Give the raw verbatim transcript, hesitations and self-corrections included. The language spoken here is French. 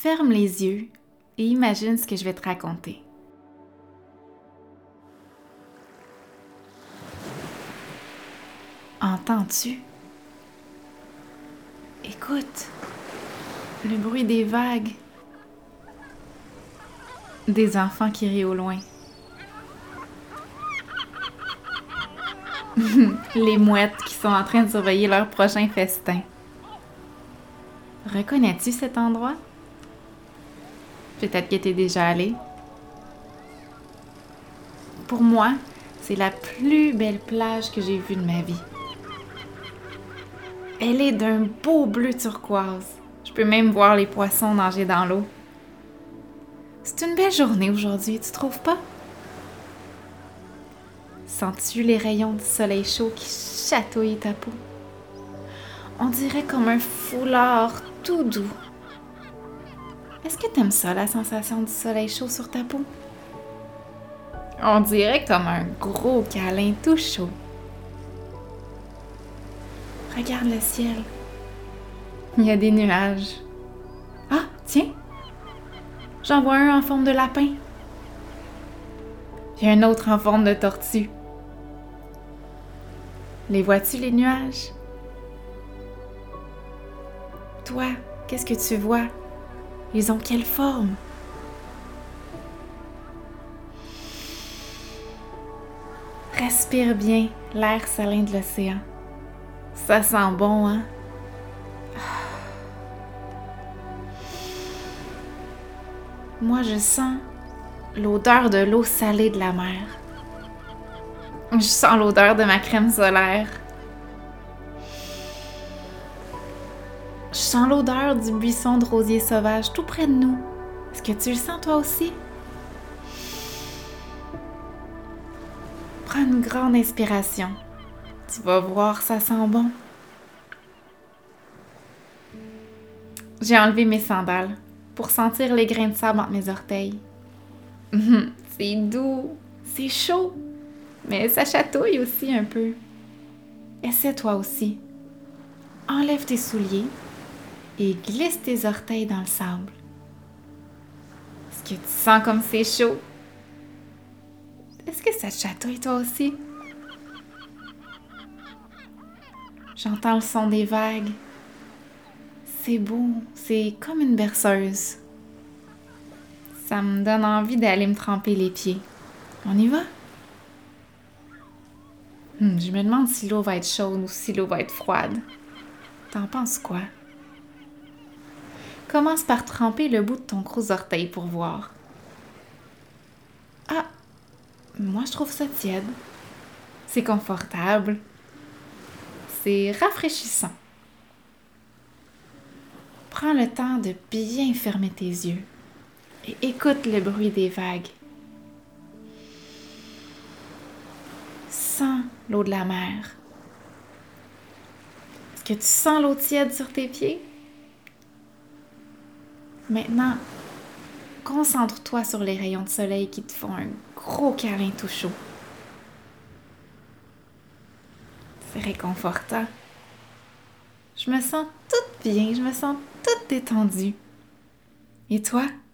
Ferme les yeux et imagine ce que je vais te raconter. Entends-tu? Écoute, le bruit des vagues, des enfants qui rient au loin, les mouettes qui sont en train de surveiller leur prochain festin. Reconnais-tu cet endroit? Peut-être que t'es déjà allé. Pour moi, c'est la plus belle plage que j'ai vue de ma vie. Elle est d'un beau bleu turquoise. Je peux même voir les poissons nager dans l'eau. C'est une belle journée aujourd'hui, tu trouves pas? Sens-tu les rayons du soleil chaud qui chatouillent ta peau? On dirait comme un foulard tout doux. Est-ce que t'aimes ça, la sensation du soleil chaud sur ta peau? On dirait comme un gros câlin tout chaud. Regarde le ciel. Il y a des nuages. Ah, tiens! J'en vois un en forme de lapin. Il y a un autre en forme de tortue. Les vois-tu, les nuages? Toi, qu'est-ce que tu vois? Ils ont quelle forme? Respire bien l'air salin de l'océan. Ça sent bon, hein? Moi, je sens l'odeur de l'eau salée de la mer. Je sens l'odeur de ma crème solaire. Je sens l'odeur du buisson de rosier sauvage tout près de nous. Est-ce que tu le sens toi aussi? Prends une grande inspiration. Tu vas voir, ça sent bon. J'ai enlevé mes sandales pour sentir les grains de sable entre mes orteils. C'est doux, c'est chaud, mais ça chatouille aussi un peu. Essaie toi aussi. Enlève tes souliers et glisse tes orteils dans le sable. Est-ce que tu sens comme c'est chaud? Est-ce que ça te chatouille toi aussi? J'entends le son des vagues. C'est beau, c'est comme une berceuse. Ça me donne envie d'aller me tremper les pieds. On y va? Hmm, je me demande si l'eau va être chaude ou si l'eau va être froide. T'en penses quoi? Commence par tremper le bout de ton gros orteil pour voir. Ah! Moi, je trouve ça tiède. C'est confortable. C'est rafraîchissant. Prends le temps de bien fermer tes yeux et écoute le bruit des vagues. Sens l'eau de la mer. Est-ce que tu sens l'eau tiède sur tes pieds? Maintenant, concentre-toi sur les rayons de soleil qui te font un gros câlin tout chaud. C'est réconfortant. Je me sens toute bien, je me sens toute détendue. Et toi?